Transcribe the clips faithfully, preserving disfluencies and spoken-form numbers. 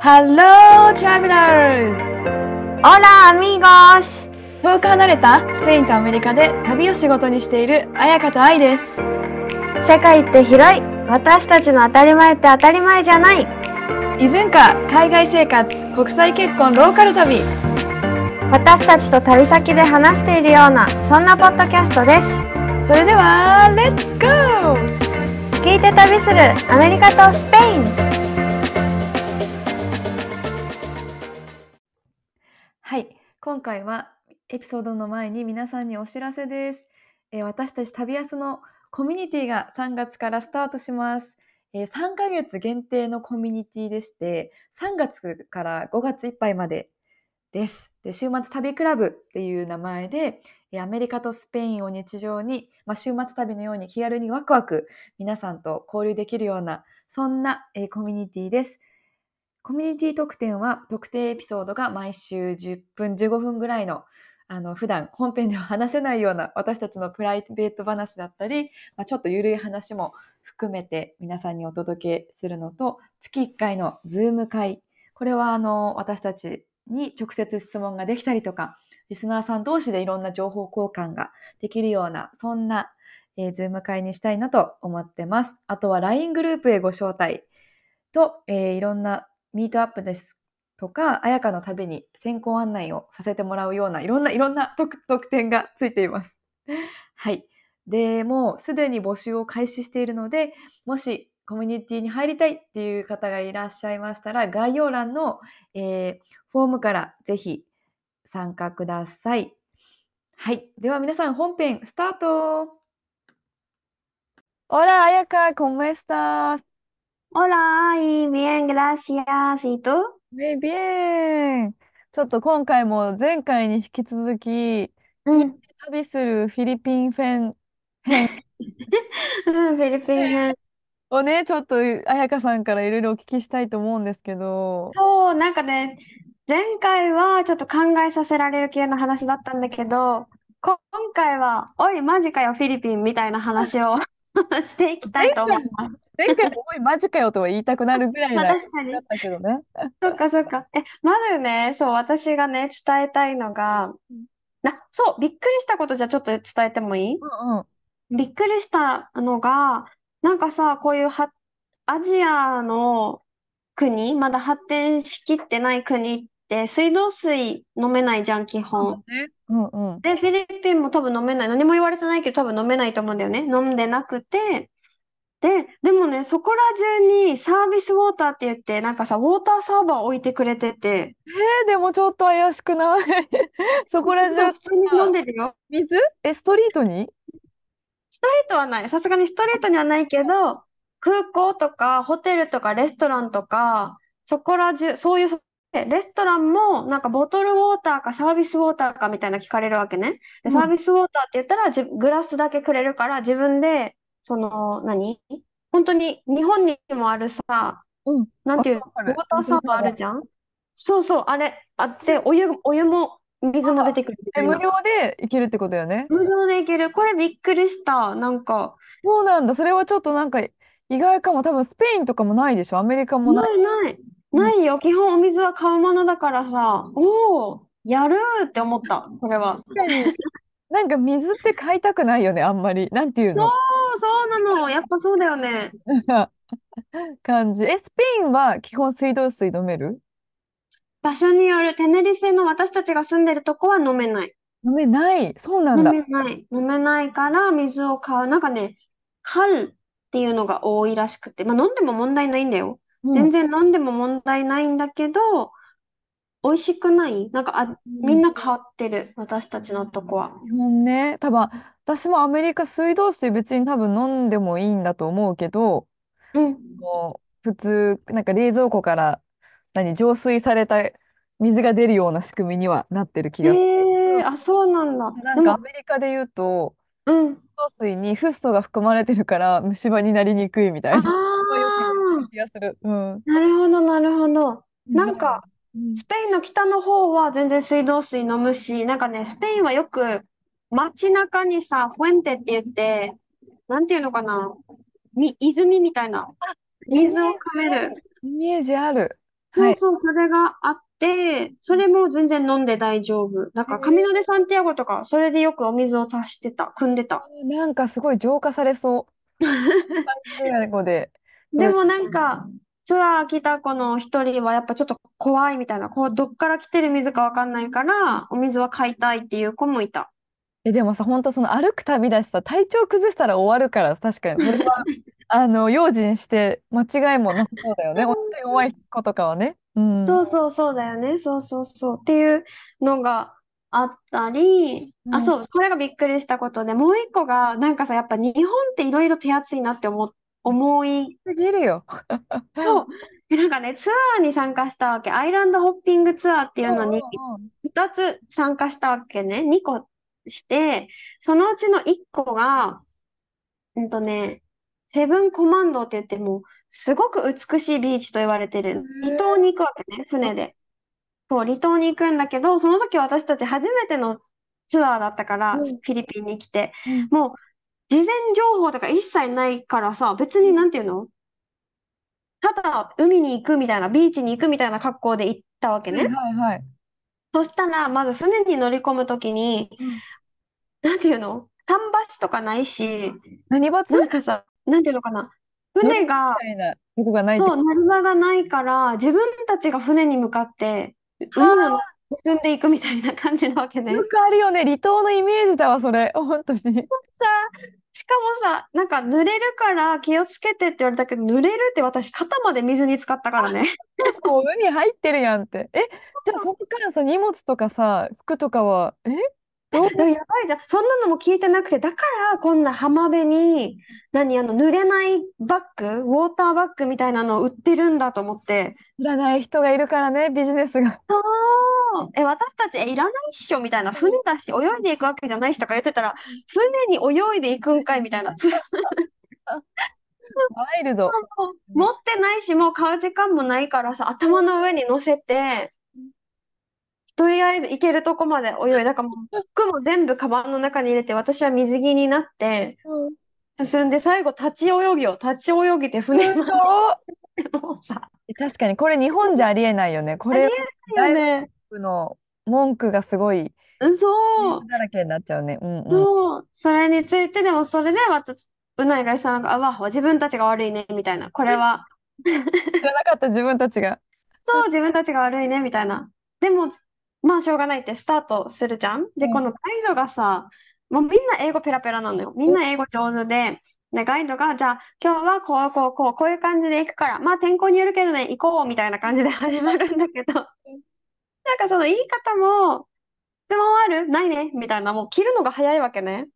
Hello, travelers! Hola, amigos! 遠く離れたスペインとアメリカで旅を仕事にしている彩香と愛です。 世界って広い。私たちの当たり前って当たり前じゃない。 異文化、海外生活、国際結婚、ローカル旅。 私たちと旅先で話しているような、そんなポッドキャストです。 それでは、レッツゴー！ 聞いて旅するアメリカとスペイン。 はい、今回はエピソードの前に皆さんにお知らせです。えー、私たち旅安のコミュニティがさんがつからスタートします。えー、さんかげつ限定のコミュニティでして、さんがつからごがついっぱいまでです。で、週末旅クラブっていう名前で、アメリカとスペインを日常に、まあ、週末旅のように気軽にワクワク皆さんと交流できるような、そんな、えー、コミュニティです。コミュニティ特典は特定エピソードが毎週じゅっぷん、じゅうごふんぐらいの、あの普段本編では話せないような私たちのプライベート話だったり、まあ、ちょっとゆるい話も含めて皆さんにお届けするのと、月いっかいのズーム会。これはあの私たちに直接質問ができたりとか、リスナーさん同士でいろんな情報交換ができるような、そんな、えー、ズーム会にしたいなと思ってます。あとは ライン グループへご招待と、えー、いろんなミートアップですとか、彩香の旅に先行案内をさせてもらうような、いろんな、いろんな 特, 特典がついています。はい。で、もうすでに募集を開始しているので、もしコミュニティに入りたいっていう方がいらっしゃいましたら、概要欄の、えー、フォームからぜひ参加ください。はい。では皆さん本編スタート。Hola, Ayaka, ¿cómo estás? Hola, y bien, gracias. ¿Y tú? Muy bien。ちょっと今回も前回に引き続き、聞いてうん。 旅するフィリピン編編うん、フィリピン編。 をね、ちょっと彩香さんからいろいろお聞きしたいと思うんですけど。 そう、なんかね、前回はちょっと考えさせられる系の話だったんだけど、こ今回は、おい、マジかよ、フィリピンみたいな話をしていきた前いと思い回、 ます。 前回もおいマジかよとは言いたくなるぐらいまあな確かに。 だったけどね。 そっかそっか。え、まずね、そう、私がね、伝えたいのが、 うんな、そう、びっくりしたことじゃちょっと伝えてもいい？ うん。 びっくりしたのが、なんかさ、こういうはアジアの国、まだ発展しきってない国って水道水飲めないじゃん、基本。 そうだね。うんうん。 で、フィリピンも多分飲めない。何も言われてないけど多分飲めないと思うんだよね。飲んでなくて。で、でもね、そこら中にサービスウォーターって言って、なんかさ、ウォーターサーバー置いてくれてて、 えー、でもちょっと怪しくない？そこらそう、 中普通に飲んさ、 でるよ。 水え、ストリートに？ ストリートはない。さすがにストリートにはないけど、空港とかホテルとかレストランとか、そこら中、そういう、でレストランもなんかボトルウォーターかサービスウォーターかみたいな聞かれるわけね。で、 うんサービスウォーターって言ったらじグラスだけくれるから自分で、その、何本当に日本にもあるさ、 うん。わなんていう、 かるわかる。 ウォーターサーバーあるじゃん。そうそう、あれあって、お湯、お湯も水も出てくるみえ、 たいな。 無料で行けるってことよね。 無料でいける。これびっくりした。なんか、 そうなんだ。それはちょっとなんか意外かも。多分スペインとかもないでしょ。アメリカもない。 ないない。 うん、 ないよ。基本お水は買うものだからさ、おお、やるーって思った、これは。 確かに、なんか水って買いたくないよね、あんまり。なんていうそう、 の？ そうなの。やっぱそうだよね。 なんか感じ。え、スペインは基本水道水飲める？ 場所によるテネリフェの私たちが住んでるとこは飲めない。 飲めない。そうなん飲だ。 めない。飲めないから水を買う。なんかね、カルっていうのが多いらしくて、まあ飲んでも問題ないんだよ。 うん。 全然飲んでも問題ないんだけど、美味しくない？なんか、あ、みんうん、 な変わってる。私たちのとこは。 基本ね、多分私もアメリカ水道水別に多分飲んでもいいんだと思うけど、 うん。 もう普通、なんか冷蔵庫から何、浄水された水が出るような仕組みにはなってる気えがする。 えー、あ、そうなんだ。 あとなんかアでも、 メリカで言うと、 うん。 浄水にフッ素が含まれてるから虫歯になりにくいみたあいな。まあよく言われてるあ、 気がする。うん。 なるほど、なるほど。 うんだなんか、 うん。 スペインの北の方は全然水道水飲むし、なんかね、スペインはよく街中にさ、フェンテって言って、なんていうのかな、み、泉みたいな、 イメージ水を汲めある。 る。 イメージある。 はい。 そうそう、それがあって、それも全然飲んで大丈夫。だから、カミノデ・サンティアゴとか、それでよくお水を足してた、汲んでた。 なんかすごい浄化されそう。ぐらいの子で。それ、 でもなんか、ツアー来た子の一人はやっぱちょっと怖いみたいな、こう、どっから来てる水かわかんないから、お水は買いたいっていう子もいた。 え、でもさ、本当その歩く旅だしさ、体調崩したら終わるから、確かに。それは、あの、用心して間違いもなさそうだよね。本当に弱い子とかはね。うん。 そうそうそうだよね。そうそうそう。っていうのがあったり、あ、 うん。 そう、これがびっくりしたことで、もう一個が、なんかさ、やっぱ日本っていろいろ手厚いなって思、思い、 すぎるよ。 そう。で、なんかね、ツアーに参加したわけ。アイランドホッピングツアーっていううのに、 んうんふたつ参加したわけね。にこして、そのうちのいっこが、うんとね、セブンコマンドって言っても、すごく美しいビーチと言われてうる。離島ん。 に行くわけね、船で。そう、離島に行くんだけど、その時私たち初めてのツアーだったから、 うんフィリピンに来て、 うん。 もう、事前情報とか一切ないからさ、別になんていうの、ただ海に行くみたいな、ビーチに行くみたいな格好で行ったわけはいね。 はいはい。 そしたら、まず船に乗り込む時に、 うん。 なんていうの、桟橋とかないし、 何バツなんかさ、なんていうのかな、 乗り場み船が、 たいなとこがないって。 そう、乗り場がないから、自分たちが船に向かって、海の中はを進んでいくみたいな感じなわけあ、よね。 くあるよね。離島のイメージだわ、それ。本当に。 さ、しかもさ、なんか濡れるから気をつけてって言われたけど、濡れるって私肩まで水に浸かったからね。 もう海入ってるやんって。え、じゃあそこからさ、荷物とかさ、服とかは、えどうでもやばいじゃん。そんなのも聞いてなくて、だからこんな浜辺に、何、あの、濡れないバッグ、ウォーターバッグみたいなのを売ってるんだと思って。 知らない人がいるからね、ビジネスが。 そう。え、私たち、え、いらないっしょみたいな。船だし、泳いでいくわけじゃないしとか言ってたら、船に泳いでいくんかいみたいな。 ワイルド。 持ってないし、もう買う時間もないからさ、頭の上に乗せて、とりあえず行けるとこまで泳いだからもう服も全部カバンの中に入れて私は水着になってうん。 進んで最後立ち泳ぎを立ち泳ぎてす船までごもうさい。確かに、これ日本じゃありえないよね。こありえれ、 ないよ外ね。 国の文句がすごい、 うん英語そうだらけになっちゃうね。うんうん。 そうそれについてでもそれで私うないがしたのがあわ自分たちが悪いねみたいなこれは知らなかった自分たちが。 そう自分たちが悪いねみたいなでもまあしょうがないってスタートするじゃんでこのガイドがさもうみんな英語ペラペラなのよみんな英語上手でで、ガイドが、じゃあ、今日はこう、こう、こう、こういう感じで行くから、まあ、天候によるけどね、行こう、みたいな感じで始まるんだけど、なんかその言い方も、質問あるないねみたいな、もう切るのが早いわけね。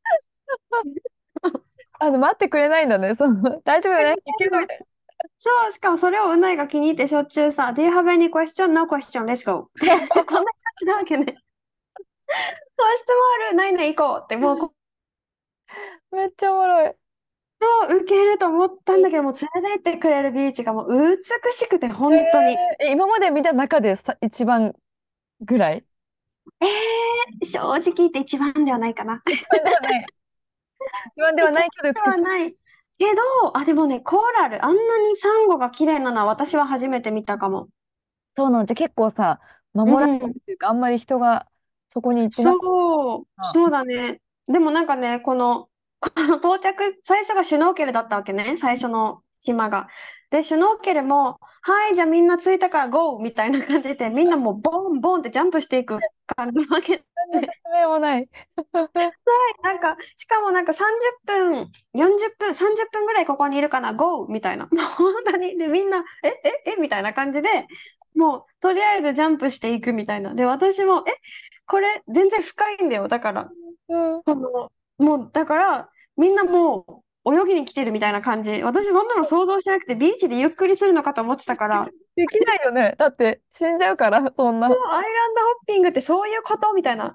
あの、待ってくれないんだね。その、大丈夫よね。いけるみたいな。 そう、しかもそれをうないが気に入ってしょっちゅうさ、Do you have any question? No question, let's go. こんな感じなわけね。そう質問あるないね行こうって、もうこめっちゃおもろい。 こを受けると思ったんだけど、もう連れて行ってくれるビーチがもう美しくて、 え本当に。 ーえ今まで見た中でさ、一番ぐらいえー、正直言って一番ではないかな。 一番ではない。一番では一番ないけどで美しい。 はない。けど、あ、でもね、コーラル、あんなにサンゴが綺麗なのは私は初めて見たかも。 そうなの。じゃあ結構さ、 う守られてるん。 っていうか、あんまり人がそこに行ってなかっそう、 た。 そうだね。でもなんかね、この、この到着、最初がシュノーケルだったわけね、最初の島が。で、シュノーケルも、はい、じゃあみんな着いたからゴーみたいな感じで、みんなもうボンボンってジャンプしていく感じなわけ。 何の説明もない。 なんか、しかもなんかさんじゅっぷん、よんじゅっぷん、さんじゅっぷんぐらいここにいるかな、ゴーみたいな。もう本当に、で、みんな、え、え、えみたいな感じで、もう、とりあえずジャンプしていくみたいな。で、私も、え、これ全然深いんだよ。だから、 うん。 この、もう、だから、みんなもう、泳ぎに来てるみたいな感じ。私、そんなの想像してなくて、ビーチでゆっくりするのかと思ってたから、 できないよね。だって死んじゃうから、そんな。 アイランドホッピングってそういうことみたいな。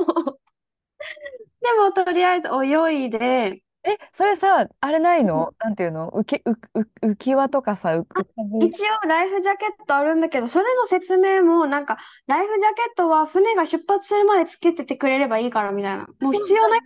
でも、とりあえず泳いで、 え、それさ、あれないのなんていうの浮き、浮浮浮き輪とかさ、浮浮かぶ。 一応ライフジャケットあるんだけど、それの説明もなんか、ライフジャケットは船が出発するまでつけててくれればいいからみたいな。もう必そうなんだ。 要ないと思って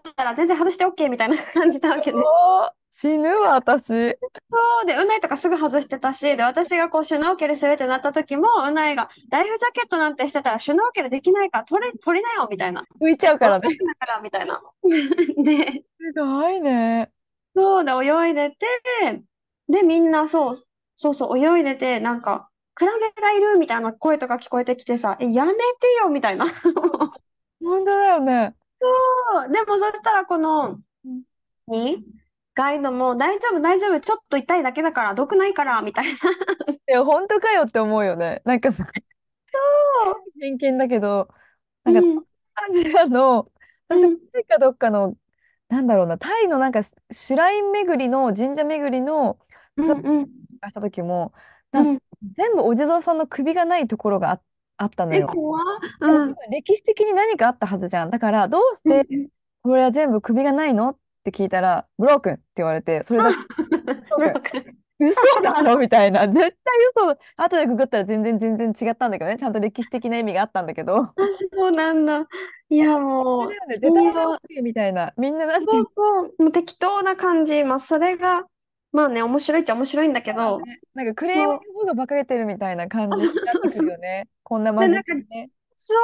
ったら全然外して OK みたいな感じなわけね。 おー、死ぬわ、私。 そうで、うないとかすぐ外してたし、で、私がこう、シュノーケルするってなった時も、うないが、ライフジャケットなんてしてたら、シュノーケルできないから、取れ、取りなよ、みたいな。 浮いちゃうからね。 泳ぐんだから、みたいな。で、 すごいね。 そうで、泳いでて、で、みんな、そう、そうそう、泳いでて、なんか、クラゲがいるみたいな声とか聞こえてきてさ、え、やめてよ、みたいな。 本当だよね。 そうでも、そしたら、この、 うん。 にガイドも、大丈夫、大丈夫、ちょっと痛いだけだから、毒ないから、みたいな。 いや、本当かよって思うよね。なんかさ、偏見だけど、なんか、 うん、 アジアの、私もうん、 タイかどっかの、なんだろうな、タイのなんかシシュライン巡りの、神社巡りのツアーうん、うん、 がした時も、なんかうん。 全部お地蔵さんの首がないところがあ、あったのえ、 よ。 怖っ。 でもうん、 多分歴史的に何かあったはずじゃん。だから、どうしうん、 てうん。 これは全部首がないのって聞いたら、ブロークンって言われて、それだけ、 あ、 ブロークン。 ブロック。 嘘なのみたいな。絶対嘘。後でググったら全然全然違ったんだけどね。ちゃんと歴史的な意味があったんだけど。 あ、そうなんだ。いや、もう、 あれだよね。デタラメ信用、 OK みたいな。みんななんていうそうそう、もう適当な感じ。まあ、それが、まあね、面白いっちゃ面白いんだけど、 のね。なんかクレームそう、 の方が馬鹿げてるみたいな感あ、 じにそうなってくそうそう。 るよね。こんな真で、 面なんか、 目にね。 そう、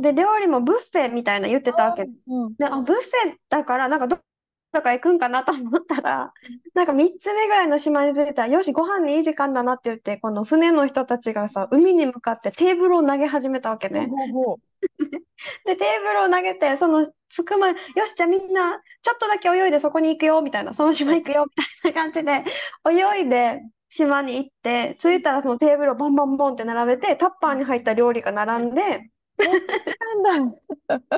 で、料理もブッフェみたいな言ってたわああ、 け。 うん。 で、あ、ブッフェだから、なんかどっか行くんかなと思ったら、なんかみっつめぐらいの島に着いたら、よし、ご飯にいい時間だなって言って、この船の人たちがさ、海に向かってテーブルを投げ始めたわけほうね。 ほうほう。 で、テーブルを投げて、その、着く前、よし、じゃあみんな、ちょっとだけ泳いでそこに行くよ、みたいな、その島行くよ、みたいな感じで、泳いで島に行って、着いたらそのテーブルをボンボンボンって並べて、タッパーに入った料理が並んで、 え、なんだ。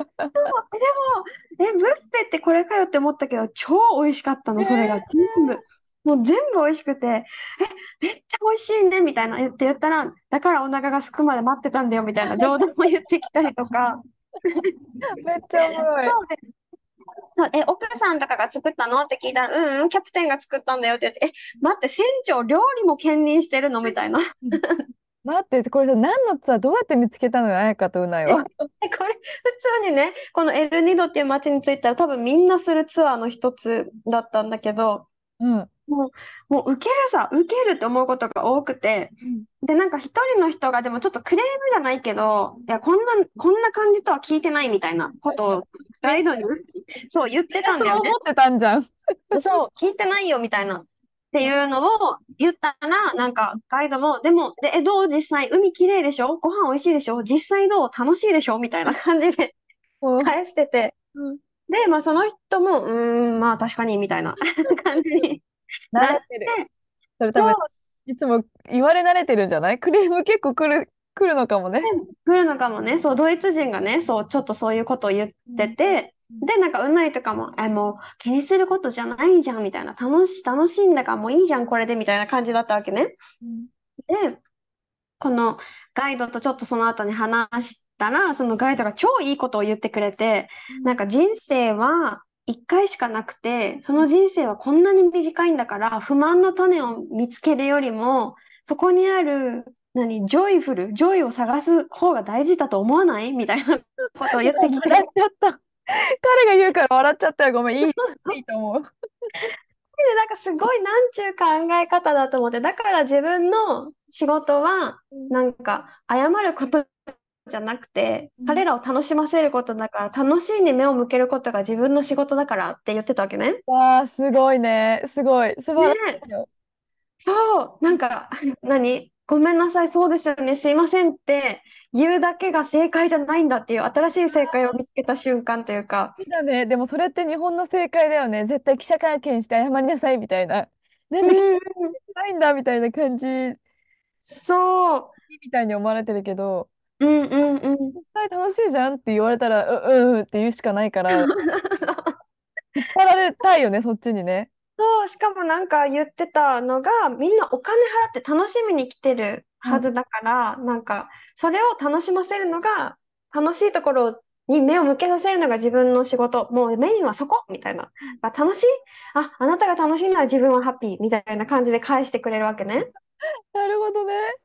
でも、え、ブッフェってこれかよって思ったけど、超美味しかったの、それが。 え全部。もう全部美味しくて、え、めっちゃ美味しいね、みたいな言って言ったら、だからお腹が空くまで待ってたんだよ、みたいな冗談も言ってきたりとか。 ー、めっちゃおもろい。 そうで、そう、え、奥さんとかが作ったのって聞いたら、うんうん、キャプテンが作ったんだよって言って、え、待って、船長、料理も兼任してるのみたいな。 待って、これさ、何のツアーどうやって見つけたのよ、彩香とうないえ、 は。 えこれ、普通にね、このエルニドっていう街に着いたら多分みんなするツアーの一つだったんだけど、 うん。 もう、もう受けるさ、受けるって思うことが多くて、 うん。 で、なんか一人の人がでもちょっとクレームじゃないけど、いや、こんな、こんな感じとは聞いてないみたいなことをガみんな、 イドに、そう言ってたんだよね。 そう思ってたんじゃん。 そう、聞いてないよみたいな。っていうのを言ったら、なんかガイドも、でも、で、え、どう実際、海きれいでしょご飯美味しいでしょ実際どう楽しいでしょみたいな感じでもう、 返してて。 うん、 で、まあその人も、うーん、まあ確かに、みたいな感じになって、 慣れてる。それ多分、 そう、 いつも言われ慣れてるんじゃない？クレーム結構来る、来るのかもね。 来るのかもね。そう、ドイツ人がね、そう、ちょっとそういうことを言ってうん。 て、で、なんか、うないとかも、え、もう、気にすることじゃないじゃん、みたいな。楽し、楽しいんだからもういいじゃん、これで、みたいな感じだったわけね。 うん。 で、このガイドとちょっとその後に話したら、そのガイドが超いいことを言ってくれて、 うん。 なんか人生は一回しかなくて、その人生はこんなに短いんだから、不満の種を見つけるよりも、そこにある、何、ジョイフル、ジョイを探す方が大事だと思わないみたいなことを言ってきて、 笑っちゃった。彼が言うから笑っちゃったよ。ごめん、いい、いいと思う。 で、なんかすごいなんちゅう考え方だと思って、だから自分の仕事は、 うん。 なんか謝ることじゃなくて、 うん。 彼らを楽しませることだから、楽しいに目を向けることが自分の仕事だからって言ってたわけね。 わあ、すごいね。すごい。素晴らしね、 いよ。 そう、なんか、何ごめんなさい、そうですよね、すいませんって言うだけが正解じゃないんだっていう新しい正解を見つけた瞬間というか、 だね。でもそれって日本の正解だよね。絶対記者会見して謝りなさいみたいな。なんで記者うん、 会見しないんだみたいな感じそみたいに思われてるけど、 う、うんうんうん。 実際楽しいじゃんって言われたら、う、うんうんって言うしかないから、引っ張られたいよね、そっちにね。 そう、しかもなんか言ってたのが、みんなお金払って楽しみに来てるうん。 はずだから、なんか、それを楽しませるのが、楽しいところに目を向けさせるのが自分の仕事。もうメインはそこみたいな。あ、楽しいあ、あなたが楽しいなら自分はハッピーみたいな感じで返してくれるわけね。 なるほどね。うん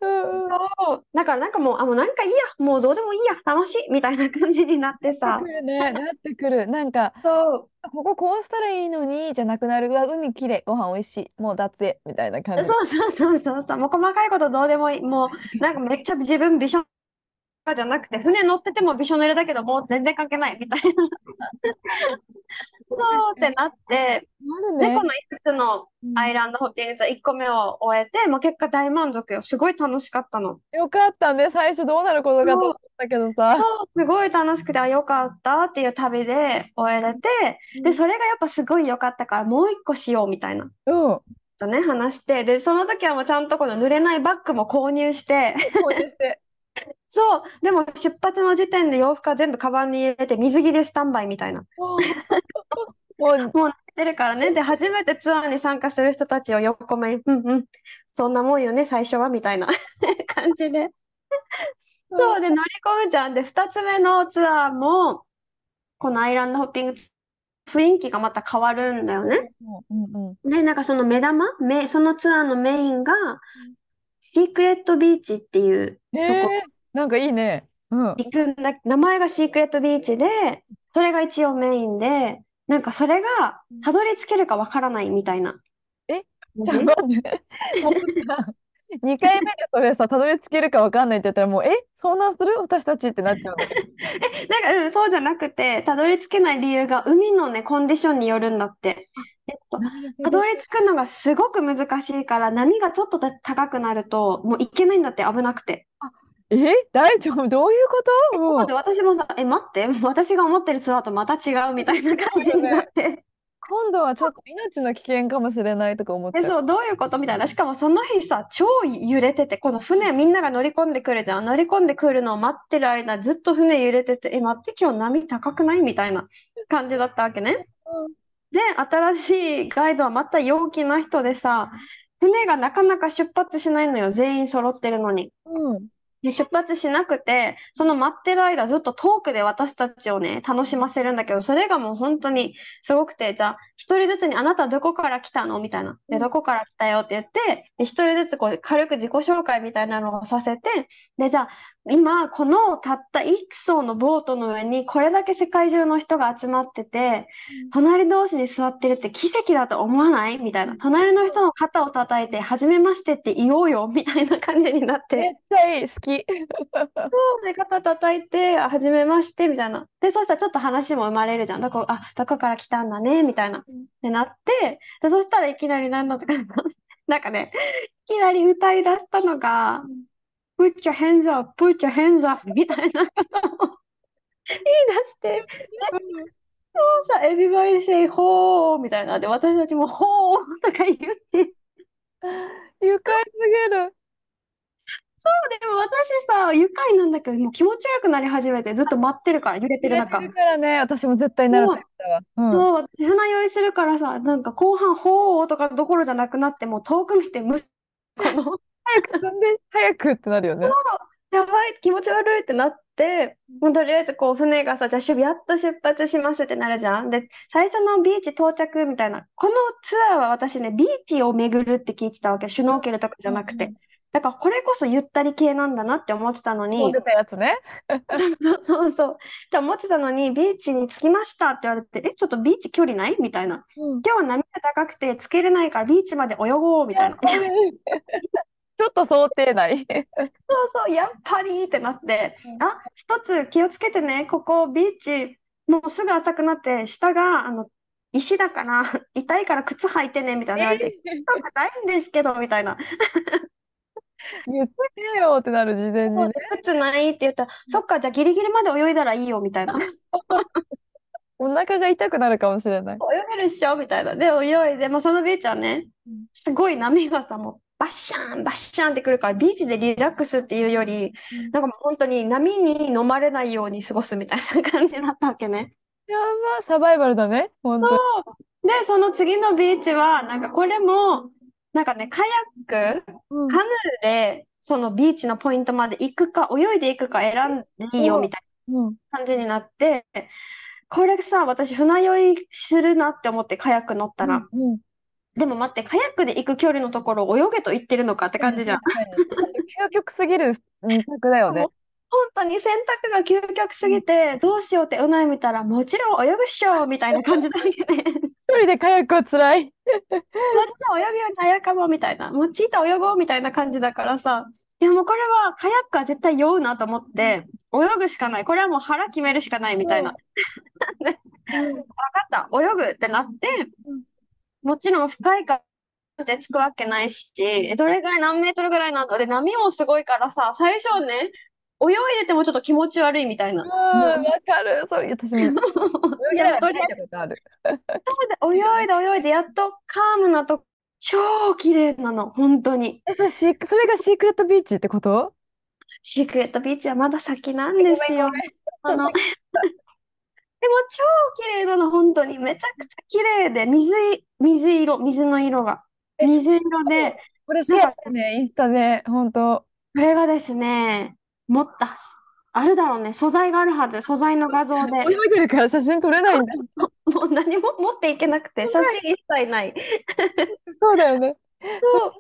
そう、だからなんかもう、あ、もうなんかいいや、もうどうでもいいや、楽しいみたいな感じになってさ、 なってくるね、なってくる。なんか、 そう、 こここうしたらいいのに、じゃなくなる。うわ、海きれい、ご飯おいしい。もうだって、みたいな感じで。 そうそうそうそうそう、もう細かいことどうでもいい、もうなんかめっちゃ自分びしょじゃなくて、船乗っててもびしょ濡れだけど、もう全然関係ないみたいな、そうってなって、で、 なるね。 このいつつのうん、 アイランドホッピングツアーいっこめを終えて、もう結果大満足よ。すごい楽しかったの。 よかったね。最初どうなることかとそう、 思ったけどさ。 そう、すごい楽しくて、あ、よかったっていう旅で終えれて、で、 うん。 それがやっぱすごい良かったから、もう一個しようみたいな。 うん。 とね、話して、で、その時はもうちゃんとこの濡れないバッグも購入して、 購入して。 そう、でも出発の時点で洋服は全部カバンに入れて水着でスタンバイみたいな。 おー、もう、 もう寝てるからね。で、初めてツアーに参加する人たちを横目に、うんうん、そんなもんよね、最初は、みたいな感じで。 うんそうで、乗り込むじゃん。で、二つ目のツアーも、このアイランドホッピング、雰囲気がまた変わるんだよね。 うんうんうん。 で、なんかその目玉、め、そのツアーのメインが、シークレットビーチっていうえとこー、なんかいいね。うん。 行くんだ、名前がシークレットビーチで、それが一応メインで、なんかそれがたどり着けるかわからないみたいなえ、ちょっと感じ。 待って。もうさ、にかいめでそれさ、たどり着けるかわかんないって言ったら、もう、え、遭難する私たちってなっちゃうんだけど。 なんか、うん、そうじゃなくて、たどり着けない理由が海のね、コンディションによるんだって。えっと、 なるほど。 たどり着くのがすごく難しいから、波がちょっとた高くなると、もう行けないんだって、危なくて。 あ、え、大丈夫、どういうこそうで、 と？うん。 私もさ、え、待って、私が思ってるツアーとまた違うみたいな感じになっ違うよね。 て。 今度はちょっと命の危険かもしれないとか思っえ、 ちゃう。 そう、どういうことみたいな。しかもその日さ、超揺れてて、この船みんなが乗り込んでくるじゃん。乗り込んでくるのを待ってる間、ずっと船揺れてて、え、待って、今日波高くないみたいな感じだったわけね。 うん。 で、新しいガイドはまた陽気な人でさ、船がなかなか出発しないのよ。全員揃ってるのに。 うん。 で、出発しなくて、その待ってる間ずっとトークで私たちをね、楽しませるんだけど、それがもう本当にすごくて、じゃあ、一人ずつにあなたどこから来たのみたいな。で、 うん。 どこから来たよって言って、で、一人ずつこう軽く自己紹介みたいなのをさせて、で、じゃあ、今、このたった一艘のボートの上にこれだけ世界中の人が集まってて、隣同士に座ってるって奇跡だと思わないみたいな。隣の人の肩を叩いて、はじめましてって言おうよみたいな感じになって。 めっちゃいい、好き。 で、肩叩いて、あはじめまして、みたいな。で、そしたらちょっと話も生まれるじゃん。どこ、あ、どこから来たんだね、みたいな。ってなって、で、そしたらいきなりなんだとか、なんかね、いきなり歌い出したのが、Put your hands up, put your hands up みたいなことを言い出して、そうさ、everybody say ほーみたいな。で、私たちもほーとか言うし、 愉快すぎる。 でも私さ、愉快なんだけど、もう気持ち悪くなり始めて、ずっと待ってるから、揺れてる中。 揺れてるからね、私も絶対なるタイもうプだわ。うん。 そう、私船酔いするからさ、なんか後半、ほーとかどころじゃなくなって、もう遠く見て、む、この、 早く進んで、早くってなるよね。 やばい、気持ち悪いってなって、もうとりあえずこう船がさ、じゃあしやっと出発しますってなるじゃん。で、最初のビーチ到着みたいな。このツアーは私ね、ビーチを巡るって聞いてたわけ。シュノーケルとかじゃなくて。 うんうん。 だからこれこそゆったり系なんだなって思ってたのに、 飛んでたやつね。 そうそうそうそう。って思ってたのに、ビーチに着きましたって言われて、え、ちょっとビーチ距離ないみたいな。 うん。 今日は波が高くてつけれないからビーチまで泳ごうみたいな。 やっぱり、ちょっと想定内。 そうそう、やっぱりってなって、 うん。 あ、一つ気をつけてね、ここビーチ、もうすぐ浅くなって、下があの石だから、痛いから靴履いてねみたいな言われて、 えなんかないんですけど、みたいな。 言ってよってなる事前にね。 そうで靴ないって言ったら、そっか、じゃあギリギリまで泳いだらいいよみたいな。 お腹が痛くなるかもしれない。 泳げるっしょみたいな。で、泳いで、まあ、そのビーチはね、 うん。 すごい波がさ、もうバッシャン、バッシャンってくるから、ビーチでリラックスっていうより、 うん。 なんかもう本当に波に飲まれないように過ごすみたいな感じだったわけね。 やば、サバイバルだね、本当に。 で、その次のビーチは、なんかこれも、なんかね、カヤック、 うん。 カヌーで、そのビーチのポイントまで行くか、泳いで行くか選んでいいよみたいうん。 な感じになって、これさ、私船酔いするなって思ってカヤック乗ったうん。 ら。 うん。 でも待って、カヤックで行く距離のところを泳げと言ってるのかって感じじゃん。 確かに。ちょっと究極すぎる二択だよね。 もう本当に選択が究極すぎて、どうしようってうない見たら、もちろん泳ぐっしょみたいな感じだけどね。 一人でカヤックは辛い。 もちろん泳ぐように早かもみたいな。もうちいと泳ごうみたいな感じだからさ。いやもうこれはカヤックは絶対酔うなと思って、泳ぐしかない。これはもう腹決めるしかないみたいな。でうん。 分かった、泳ぐってなって、 うん。 もちろん深いからってつくわけないし、どれぐらい何メートルぐらいなので、波もすごいからさ、最初はね、泳いでてもちょっと気持ち悪いみたいな。 うん、わかる。それ、私も泳ぎでながら書いもとりあえたことある。 ず泳いで泳いで、やっとカームなと、超綺麗なの、本当に。 え、それシーク、それがシークレットビーチってこと？ シークレットビーチはまだ先なんごですよ。 めんごめん。 あの、 ちょっと、 でも超綺麗なの、本当に。めちゃくちゃ綺麗で、水い、水色、水の色が。 え、 水色で、 これシェアなんか、 してね、インスタで、本当。 これがですね、持った、あるだろうね、素材があるはず、素材の画像で。 泳いでるから写真撮れないんだ。 もう何も持っていけなくて、写真一切ない。 そうだよね。 そう、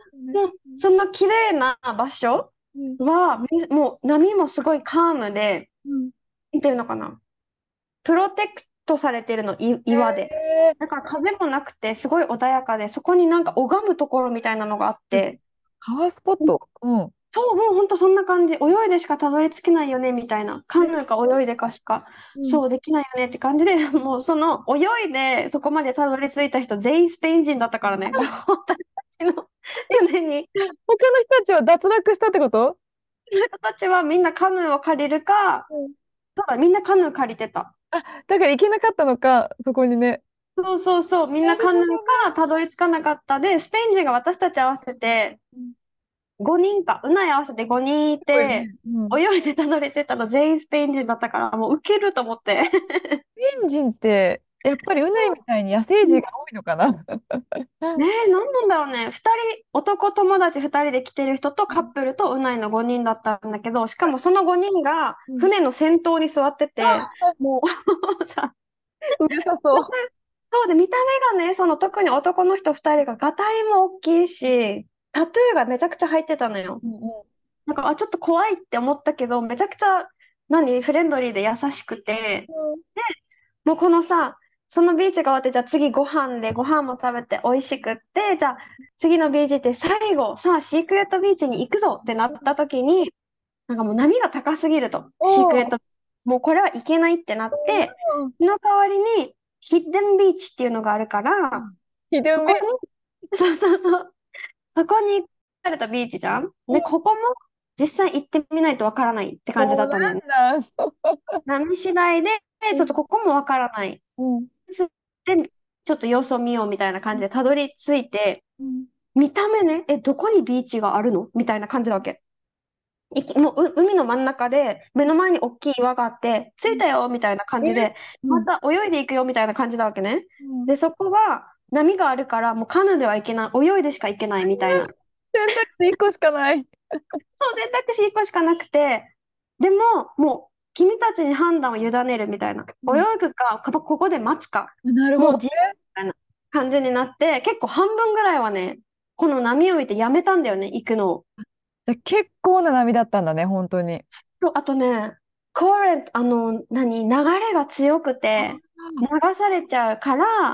ね。 もう、その綺麗な場所うん。 は、みもう波もすごいカームで、 うん。 見てるのかな、プロテクトされてるの、い岩で。 えだから風もなくて、すごい穏やかで、そこになんか拝むところみたいなのがあっー、 て、 パワースポット。うん。 そう、もうほんとそんな感じ。泳いでしかたどり着けないよね、みたいな。カヌーか泳いでかしか、 うん。 そうできないよねって感じで、もうその泳いでそこまでたどり着いた人全員スペイン人だったからね。もう私たちの船に、 他の人たちは脱落したってこと？ その人たちはみんなカヌーを借りるか、 うん。 そうだ、みんなカヌー借りてた。 あ、だから行けなかったのか、そこにね。 そうそうそう、みんなるほなカヌーどね。 かたどり着かなかったで、スペイン人が私たち合わせてうん。 ごにんか、うない合わせてごにんいて、 すごいね。うん。 泳いでたどり着いたの全員スペイン人だったから、もうウケると思って。 エンジンって、やっぱりウナイみたいに野生児が多いのかな？ ねえ、なんなんだろうね。二人、男友達二人で来てる人とカップルとうないのごにんだったんだけど、しかもそのごにんがうん。 船の先頭に座ってて、もうさ、 うるさそう。 そうで、見た目がね、その特に男の人二人がガタイも大きいし、タトゥーがめちゃくちゃ入ってたのよ。 うんうん。 なんか、あ、ちょっと怖いって思ったけど、めちゃくちゃ、何、フレンドリーで優しくて、 うん。 もうこのさ、そのビーチが終わって、じゃあ次ご飯でご飯も食べて美味しくって、じゃあ次のビーチって最後、さあシークレットビーチに行くぞってなった時に、なんかもう波が高すぎると、シークレッおー。 ト、もうこれはいけないってなって、 うん。 その代わりにヒッデンビーチっていうのがあるから、 ひどめ。 そこに、そうそうそう、そこに行かれたビーチじゃん。で、ここも実際行ってみないとわからないって感じだそうったんだよね。 なんだ。 波次第で、ちょっとここもわからない。 うん。 で、ちょっと様子を見ようみたいな感じでたどり着いて、 うん。 見た目ね、え、どこにビーチがあるのみたいな感じなわけ。いき、もう、う海の真ん中で、目の前に大きい岩があって、着いたよみたいな感え、 じで、 うん。 また泳いでいくよみたいな感じなわけね。 うん。 で、そこは波があるから、もうカヌーでは行けない、泳いでしか行けないみたいな。 選択肢いっこしかない。 そう、選択肢いっこしかなくて、でも、もう、君たちに判断を委ねるみたいな。 うん。 泳ぐか、こここで待つか。 なるほど。 もう自由みたいな感じになって、結構半分ぐらいはね、この波を見てやめたんだよね、行くのを。 じゃ結構な波だったんだね、本当に。 と、あとね、コーレント、あの、何、流れが強くあて、流されちゃうから、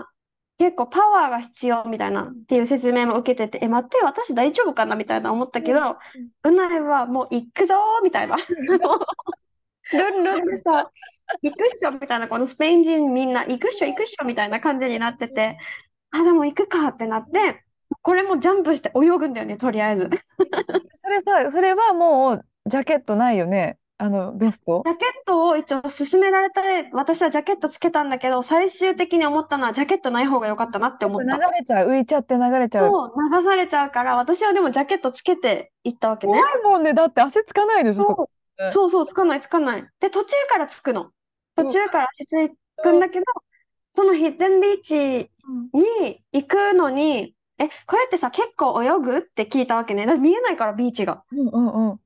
結構パワーが必要みたいなっていう説明も受けてて、え、待って、私大丈夫かなみたいな思ったけど、うないはもう行くぞーみたいな。ルンルンでさ、行くっしょみたいな、このスペイン人みんな、行くっしょ、行くっしょみたいな感じになってて、あ、でも行くかってなって、これもジャンプして泳ぐんだよね、とりあえず。ジそれさ、それはもうジャケットないよね。あの、ベスト。 ャケットを一応勧められて、私はジャケットつけたんだけど、最終的に思ったのは、ジャケットない方が良かったなってやっぱ流思った。 れちゃう、浮いちゃって流れちゃう。 そう、流されちゃうから、私はでもジャケットつけて行ったわけ怖ね。 いもんね。だって足つかないでしょ、そこ。 そう、 ね。 そうそう、つかない、つかない。で、途中からつくの。途うわ。 中から足つくんだけど、そのヒッデンビーチうん。 に行くのに、え、これってさ、結構泳ぐって聞いたわけね。だって見えないから、ビーチが。 うんうんうん。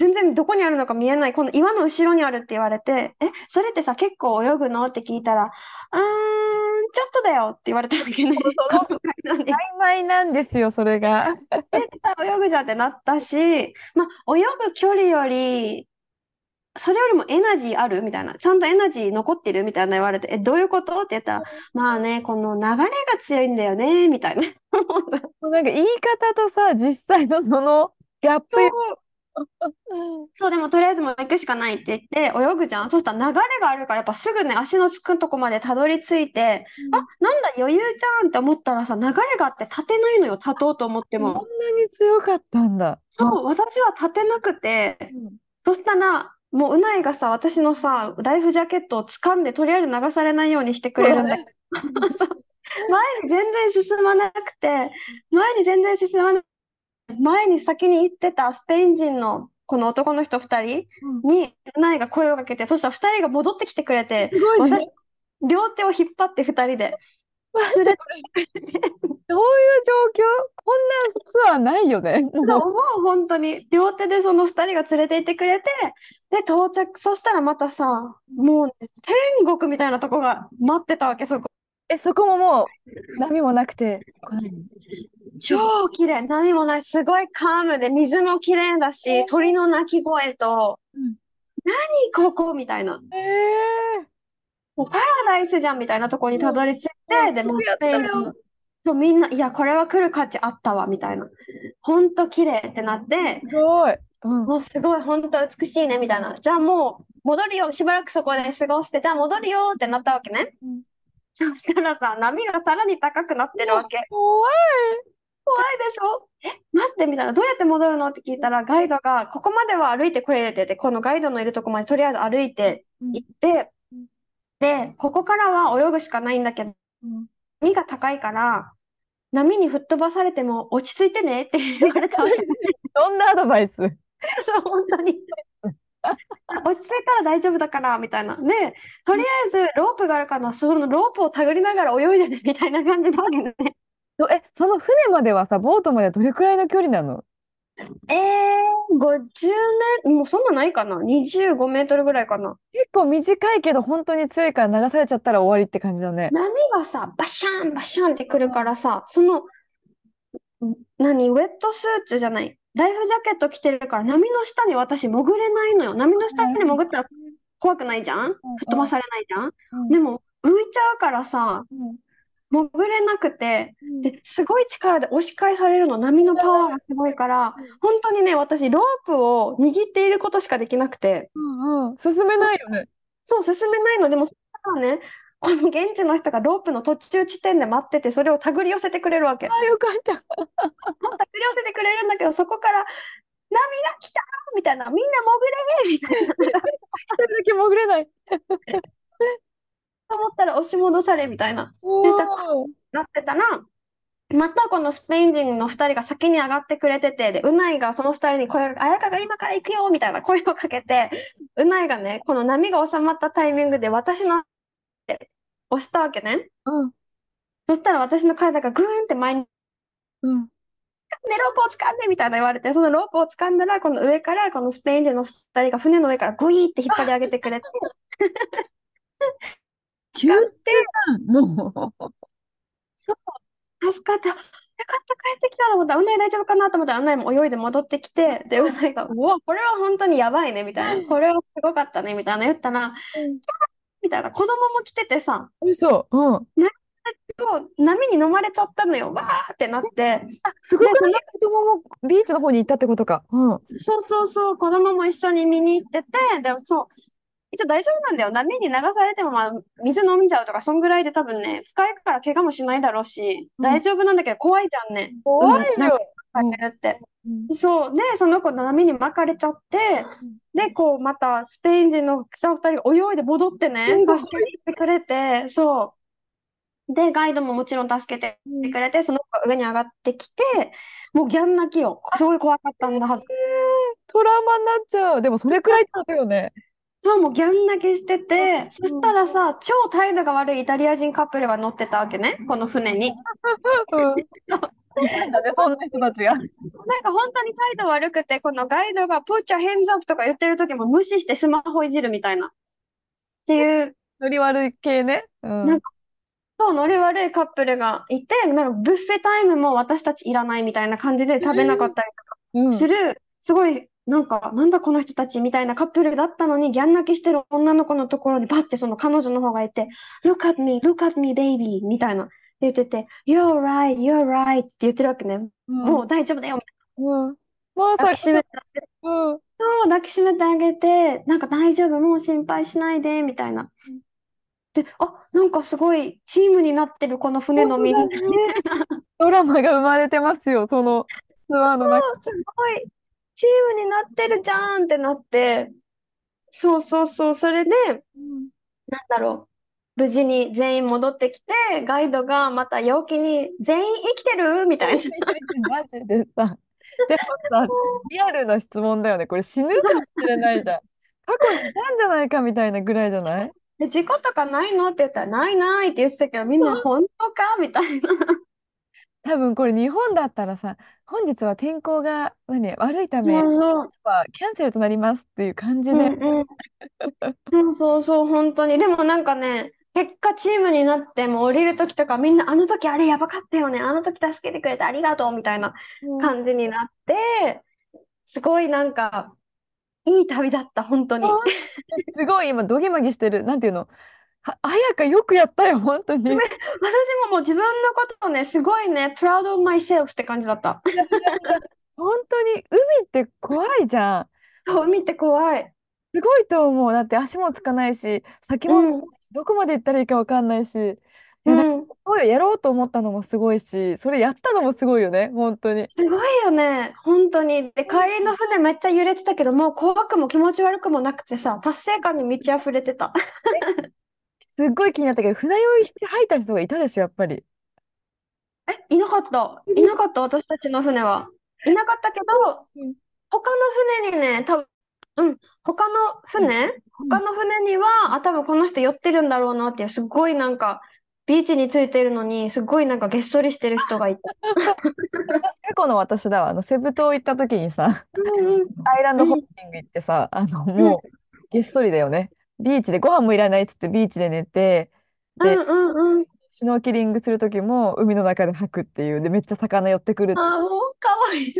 全然どこにあるのか見えない、この岩の後ろにあるって言われて、え、それってさ、結構泳ぐのって聞いたら、うーん、ちょっとだよって言われたわけね。こそのの階段で。 曖昧なんですよ、それが。 絶対泳ぐじゃんってなったし、まあ、泳ぐ距離より、それよりもエナジーあるみたいな。ちゃんとエナジー残ってるみたいな言われて、え、どういうことって言ったら、まあね、この流れが強いんだよね、みたいな。 もうなんか言い方とさ、実際のそのギャップ。 そう、そう、でもとりあえずもう行くしかないって言って泳ぐじゃん。そしたら流れがあるから、やっぱすぐね、足のつくとこまでたどり着いて、あ、 うん、 なんだ、余裕じゃんって思ったらさ、流れがあって立てないのよ、立とうと思ってそんなも。 に強かったんだ。 そう、私は立てなくて、 うん、 そしたら、もううないがさ、私のさ、ライフジャケットを掴んで、とりあえず流されないようにしてくれるんだけうん、 ど、そう前に全然進まなくて、前に全然進まなくて、前に先に行ってたスペイン人のこの男の人ふたりうん、 に、うないが声をかけて、そしたらふたりが戻ってきてくれて、 すごい私、 ね。 両手を引っ張ってふたりで待って、 連れてこれ、 くれて、 どういう状況？こんなツアーないよね。もう、 そう思う、本当に。両手でそのふたりが連れて行ってくれて、で、到着、そしたらまたさ、もうね、天国みたいなとこが待ってたわけ、そこ。 え、そこももう波もなくて、こう何超綺麗、何もない、すごいカームで、水も綺麗だし、鳥の鳴き声と、 うん、 何ここみたいな。 えー、 もうパラダイスじゃんみたいなところにたもどり着いう、もう、 て、でもうスよくやったよ。 ペインの、そうみんな、いや、これは来る価値あったわ、みたいな。ほんと綺麗ってなって、 すごい。うん。 もうすごい、ほんと美しいね、みたいな。じゃあもう、戻るよ、しばらくそこで過ごして、じゃあ戻るよってなったわけね。 うん、 そしたらさ、波がさらに高くなってるわけ。 怖い。 怖いでしょ？え、待って、みたいな。どうやって戻るのって聞いたら、ガイドが、ここまでは歩いてこれるって言って、このガイドのいるとこまでとりあえず歩いてうん、 行って、 うん、 で、ここからは泳ぐしかないんだけど、 うん。 波が高いから、波に吹っ飛ばされても落ち着いてねって言われたわけ。 どんなアドバイス？ そう、本当に。落ち着いたら大丈夫だから、みたいな。で、とりあえずロープがあるから、そのロープを手繰りながら泳いでね、みたいな感じなわけね。 どえ、その船まではさ、ボートまではどれくらいの距離なの？ えー、ごじゅうメもうそんなないかな？ にじゅうご メートルぐらいかな。 結構短いけど、本当に強いから流されちゃったら終わりって感じだね。 波がさ、バシャンバシャンってくるからさ、その、何、ウェットスーツじゃない。ライフジャケット着てるから波の下に私潜れないのよ。波の下に潜ったら怖くないじゃん、 うん、 吹っ飛ばされないじゃん。 うん、 でも浮いちゃうからさ、 うん、 潜れなくて、 うん、 で、すごい力で押し返されるの。波のパワーがすごいから、本当にね、私、ロープを握っていることしかできなくて、 うん、うん、進めないよね。 そう、進めないの。でも、そしたらね、この現地の人がロープの途中地点で待ってて、それを手繰り寄せてくれるわけ。 あ、よかった。 手繰り寄せてくれるんだけど、そこから波が来たみたいな、みんな潜れみたいな、 一人だけ潜れない。 と思ったら押し戻されみたいな。そしたら、 おー。 なってたら、またこのスペイン人のふたりが先に上がってくれてて、で、うないがそのふたりに声が、綾香が今から行くよみたいな声をかけて、うないがね、この波が収まったタイミングで私の押したわけね。 うん、 そしたら私の体がグーンって前に、 うん。 で、ロープを掴んでみたいな言われて、そのロープを掴んだら、この上から、このスペイン人のふたりが船の上からグイーって引っ張り上げてくれて、 救急使って、 じゃん、もう。 そう、助かった。よかった、帰ってきたと思ったら、うない大丈夫かなと思ったら、うないも泳いで戻ってきて、で、うないが、うわ、これは本当にやばいね、みたいな。これはすごかったね、みたいな言ったら、 うん、 みたいな、子供も来ててさ、 嘘。うん。 ね、波に飲まれちゃったのよ、わーってなって、 あ、すごで、 くなその、 い？子供もビーチの方に行ったってことか。うん。 そうそうそう、子供も一緒に見に行ってて、で、そう、一応大丈夫なんだよ。波に流されても、まあ、水飲んじゃうとか、そんぐらいで多分ね、深いから怪我もしないだろうし、 うん。 大丈夫なんだけど、怖いじゃんね。 怖海、波にいよ。うん。 巻かれるって。 うん。 そう。で、その子波に巻かれちゃって、 うん、 で、こう、またスペイン人の草二人が泳いで戻ってね、 すご助けい。 てくれて、そう。で、ガイドももちろん助けてうん。 くれて、その子が上に上がってきて、もうギャン泣きよ。すごい怖かったんだはず。 えー、トラウマになっちゃう。でもそれくらいってことよね。 そう、もうギャン泣きしてて、そしたうん。 らさ、超態度が悪いイタリア人カップルが乗ってたわけね、この船に。 うん。 いたんだね、そんな人たちが。 なんか本当に態度悪くて、このガイドが Put your hands up とか言ってる時も無視してスマホいじるみたいな。っていう、 ノリ悪い系ね。うん。 なんかそうノリ悪いカップルがいて、なんかブッフェタイムも私たちいらないみたいな感じで食べなかったりとかうん。 する、すごい、なんか、なんだこの人たちみたいなカップルだったのに、ギャン泣きしてる女の子のところにバッてその彼女の方がいて、Look at me, look at me, baby みたいな。って言ってて、You're right, you're right って言ってるわけね。 うん。 もう大丈夫だよ。 うん。まさか。 抱きしめてあげて、 うん。 そう抱きしめてあげて、なんか大丈夫、もう心配しないで、みたいな。で、あ、なんかすごいチームになってる、この船本当だのみんな。 ね。ドラマが生まれてますよ、そのツアーの中。 そうすごいチームになってるじゃんってなって、そうそうそう、それで、 うん。 なんだろう、無事に全員戻ってきて、ガイドがまた陽気に、全員生きてるみたいな。 マジでさ。でもさ、リアルな質問だよね。これ死ぬかもしれないじゃん。過去にいたんじゃないかみたいなぐらいじゃない？ で事故とかないのって言ったら、ないないって言ってたけど、みんな本当かみたいな。 多分これ日本だったらさ、本日は天候が何悪いため、 そうそう。 はキャンセルとなりますっていう感じうで。 んうん。そうそうそう、本当に。でもなんかね、結果チームになってもう降りるときとかみんなあの時あれやばかったよね。あの時助けてくれてありがとうみたいなうん。 感じになって、すごいなんかいい旅だった、本当に。 すごい今ドギマギしてる。なんていうの？は、綾香よくやったよ、本当に。 私ももう自分のことをね、すごいね、proud of myself って感じだった。 いやいやいや、本当に海って怖いじゃん。 そう、海って怖い。 すごいと思う。だって足もつかないし、先も見えうん、 ないし、どこまで行ったらいいかわかんないし。いうや、なんかん。 すごいやろうと思ったのもすごいし、それやったのもすごいよね、本当に。 すごいよね、本当に。で、帰りの船めっちゃ揺れてたけど、もう怖くも気持ち悪くもなくてさ、達成感に満ち溢れてた。 え、すっごい気になったけど、船酔いして吐いた人がいたでしょ、やっぱり。 え、いなかった。いなかった、私たちの船は。いなかったけど、 うん。 他の船にね、多分、うん、他のうん。 船うん。 他の船には、あ、多分この人酔ってるんだろうなっていう、すごいなんか、ビーチについてるのに、すごいなんかげっそりしてる人がいた。 私、過去の私だわ。あの、セブ島行った時にさ、 うんうんアイランドホッうんピング行ってさ、あの、 うんもう、げっそりだよね。ビーチでご飯もいらないっつってビーチで寝て、で、 うんうんうん。 シュノーケリングする時も海の中で吐くっていう、で、めっちゃ魚寄ってくるって。 あー、もうかわいそう。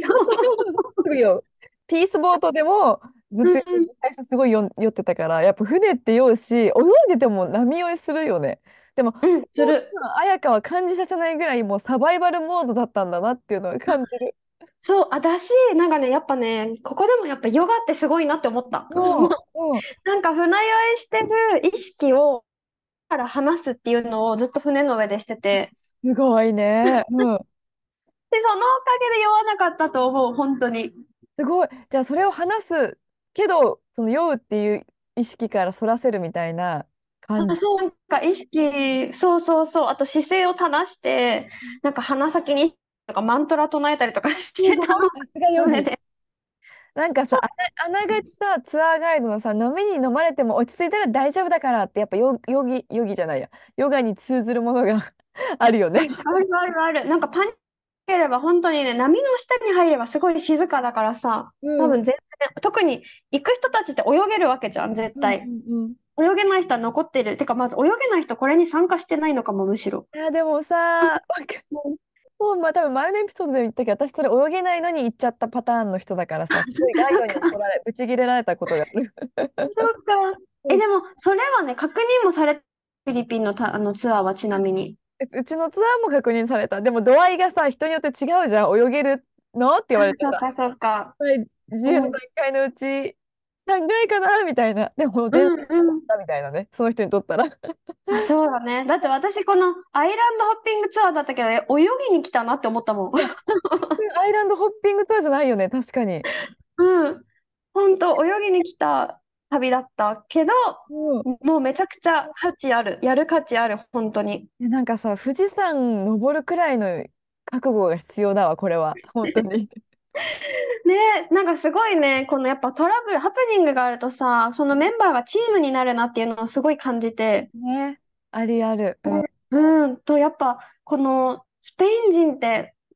すぐよ。ピースボートでもずっとうん最初すごいよ酔ってたから、やっぱ船って酔うし、泳いでても波酔いするよね。でも、 うん、すそる。 の綾香は感じさせないぐらいもうサバイバルモードだったんだなっていうのを感じる。 そう、あ、だし、なんかね、やっぱね、ここでもやっぱヨガってすごいなって思った。 うん、うん、 なんか船酔いしてる意識をから話すっていうのをずっと船の上でしてて、 すごいね。うん。 で、そのおかげで酔わなかったと思う、本当に。 すごい。じゃあそれを話すけど、その酔うっていう意識からそらせるみたいな感あ、 じ。 そう、なんか意識、そうそうそう、あと姿勢を正して、なんか鼻先にとかマントラ唱えたりとかしすてたの、 ごい。さすがヨギ。 上で。 なんかさ、あな、あながちさ、ツアーガイドのさ、飲みに飲まれても落ち着いたら大丈夫だからって、やっぱヨ、ヨギ、ヨギじゃないや、ヨガに通ずるものがあるよね。 あるあるある。なんかパニックければ本当にね、波の下に入ればすごい静かだからさ、 うん。 多分全然、特に行く人たちって泳げるわけじゃん、絶うんう対。 んうん。 泳げない人は残ってる。てか、まず泳げない人これに参加してないのかも、むしろ。 いや、でもさ、わかもう、まあ、多分前のエピソードでも言ったけど、私それ泳げないのに行っちゃったパターンの人だからさ、すそっごいガイドにかそっか。 怒られ、ブチギレられたことがある。 そっか。え、 うん。 でも、それはね、確認もされ、フィリピンのた、あのツアーはちなみに。 ううちのツアーも確認された。でも度合いがさ、人によって違うじゃん。泳げるのって言あ、 われてさ、 そっかそっか。 はい、じゅうのうん、 段階のうちさんぐらいかなみたいな。でも全然うん、うん。 だったみたいなね。その人にとったら。 あ、そうだね。だって私、このアイランドホッピングツアーだったけど、え泳ぎに来たなって思ったもん。 いや、アイランドホッピングツアーじゃないよね。確かに。 うん。本当、泳ぎに来た旅だったけど、 うん。 もうめちゃくちゃ価値ある。やる価値ある、本当に。 え、なんかさ、富士山登るくらいの覚悟が必要だわ、これは。本当に。 ね、なんかすごいね、このやっぱトラブル、ハプニングがあるとさ、そのメンバーがチームになるなっていうのをすごい感じて、 ね。ありある。うん。 うん、とやっぱこのスペイン人って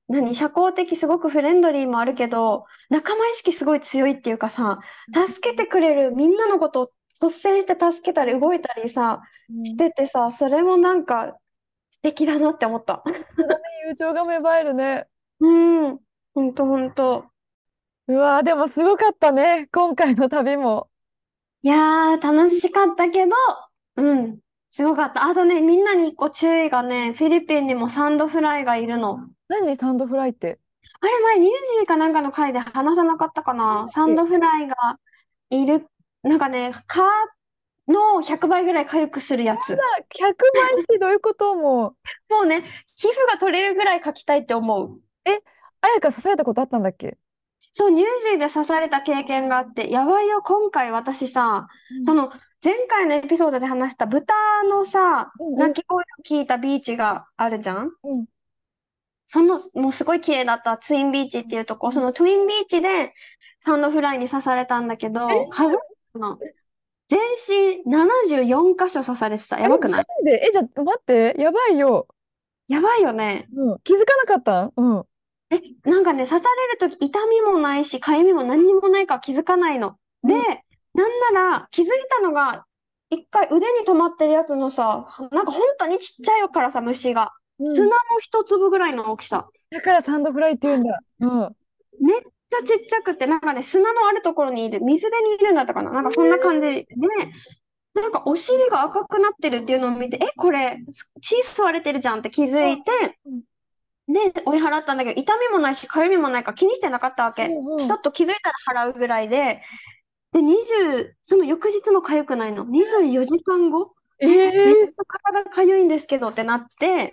何、社交的、すごくフレンドリーもあるけど、仲間意識すごい強いっていうかさ、助けてくれる、みんなのことを率先して助けたり動いたりさ、しうん。 ててさ、それもなんか素敵だなって思った。 本当だね、友情が芽生えるね。 うん、ほんとほんと。 うわー、でもすごかったね、今回の旅も。 いやー、楽しかったけど、うん、すごかった。あとね、みんなに一個注意がね、フィリピンにもサンドフライがいるの。 何サンドフライって？ あれ、前、ニュージーかなんかの回で話さなかったかな。サンえ、 ドフライがいる、なんかね、蚊のひゃくばいぐらい痒くするやつ。 ひゃくばいってどういうこと？ももうね、皮膚が取れるぐらい描きたいって思う。 う。え、あやか刺されたことあったんだっけ？ そう、ニュージーで刺された経験があって、やばいよ、今回私さ、 うん。 その、前回のエピソードで話した豚のさ、 うんうん鳴き声を聞いたビーチがあるじゃん。 うん。 その、もうすごい綺麗だったツインビーチっていうとこ、そのトゥインビーチでサンドフライに刺されたんだけど、 え、 数えたの全身ななじゅうよん箇所刺されてた。やえ、マばくない？ ジで？え、じゃあ待って、やばいよ。 やばいよね。 うん、気づかなかったん？うん。 え、なんかね、刺されるとき痛みもないし、痒みも何にもないから気づかないの。で、 うんなんなら気づいたのが、一回腕に止まってるやつのさ、なんか本当にちっちゃいからさ、虫が。 うん。 砂の一粒ぐらいの大きさ。 だからサンドフライって言うんだ。うん。 めっちゃちっちゃくて、なんかね、砂のあるところにいる、水辺にいるんだったかな。なんかそんな感じで、なんかお尻が赤くなってるっていうのを見て、え、これ、血吸われてるじゃんって気づいて、 うんで、追い払ったんだけど、痛みもないし、痒みもないから気にしてなかったわうけ。 んうん。 ちょっと気づいたら払うぐらいで、で、にじゅう、その翌日も痒くないの。にじゅうよじかんご、 ええ、めっちえゃ体痒いんですけどってなって、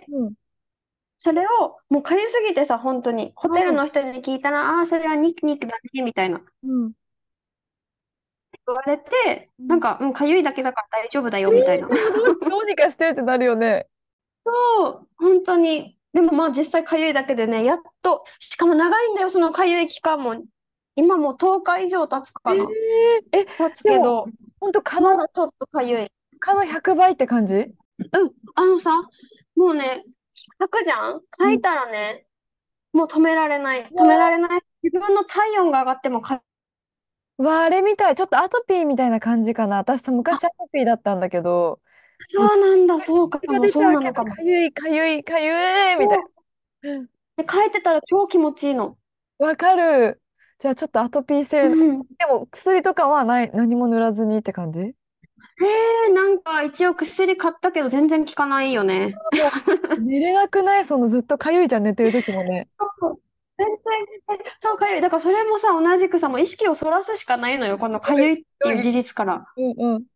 うん。 それをもう痒すぎてさ、本当に、ホテルうん。 の人に聞いたら、ああー、それはニキニキだね、みたいなうん。 言われて、 うん。 なんか、うん、痒いだけだから大丈夫だよ、みたいな。 えー、でもどうし、どうにかしてってなるよね。 そう、本当に。でもまあ実際痒いだけでね、やっと、しかも長いんだよ、その痒い期間も。今もうとおか以上経つえー、 かな。 え、 経つでも、 けど、 ほんと蚊の、 まだちょっと痒い。 蚊のひゃくばいって感じ？ うん、あのさ、もうね、書くじゃんうん。 書いたらね、もう止められない。止めらうわれない。自分の体温が上がってもか、 うわ、あれみたい。ちょっとアトピーみたいな感じかな。私さ、昔アトピーだったんだけど、もうそうなんだ、そうか血がも、そ出ちゃうけど、 うなのかも。 かゆい、かゆい、かゆいみたいそう。 な。 で、書いてたら超気持ちいいの。 わかる。じゃあちょっとアトピー性の。 うん。 でも薬とかはない、何も塗らずにって感じ？ へえ、なんか一応薬買ったけど全然効かないよね。 もう寝れなくない？そのずっとかゆいじゃん、寝てる時もね。 そう。全然、全然そう、かゆい。だからそれもさ、同じくさ、もう意識をそらすしかないのよ。このかゆいっていう事実から。 うんうん。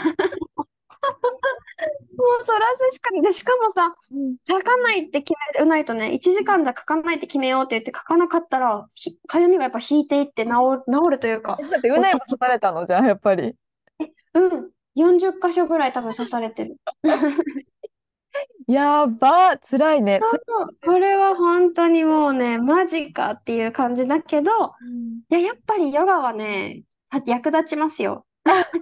もうそらすしか、で、しかもさ、 うん。 書かないって決めないとね、いちじかんだ書かないって決めようって言って書かなかったら、ひかゆみがやっぱ引いていって治る、治るというか、 え、待って、うな落いも刺さち着く。 れたのじゃあ、やっぱり。 うん。よんじゅっ箇所ぐらい多分刺されてる。 やば、辛いね。つ、 そう、これは本当にもうね、マジかっていう感じだけど、 うん。 いや、やっぱりヨガはね、役立ちますよ。 あ、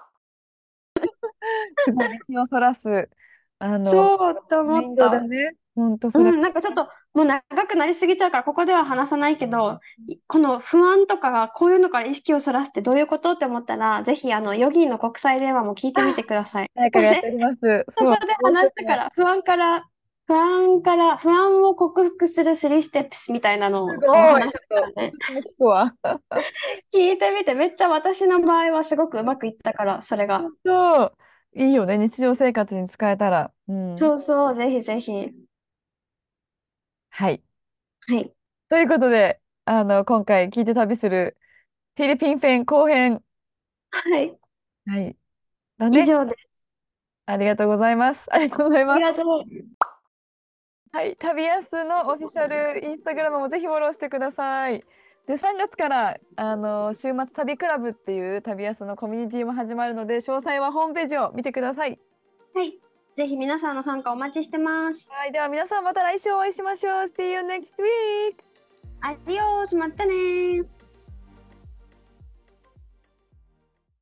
すごいね、気をそらす。あの、 そうと思マインドでった。 ね、ほんとそれ。 うん、なんかちょっともう長くなりすぎちゃうからここでは話さないけど、いこの不安とかがこういうのから意識をそらすってどういうことって思ったら、ぜひあのヨギーの国際電話も聞いてみてください。 誰かがやっておこれ、 ります。そう、 そこでもう一つね。 話したから、不安から、不安から、不安を克服するスリーステップスみたいなのをすごい。 こう話しちょっと、 たからね。 私も聞くわ。 聞いてみて、めっちゃ私の場合はすごくうまくいったから、それが。 本当、いいよね、日常生活に使えたら。うん。 そうそう、ぜひぜひ。 はい。 はい。 ということで、あの、今回聞いて旅するフィリピン編後編。 はい。 はい。だ以ね。 上です。 ありがとうございます。ありがとうございます。 ありがとう。 はい。旅安のオフィシャルインスタグラムもぜひフォローしてください。で、さんがつから、あの、週末旅クラブっていう旅安のコミュニティも始まるので、詳細はホームページを見てください。 はい。ぜひ皆さんの参加お待ちしてます。 はい。では皆さんまた来週お会いしましょう。See you next week! アディオース、またねー。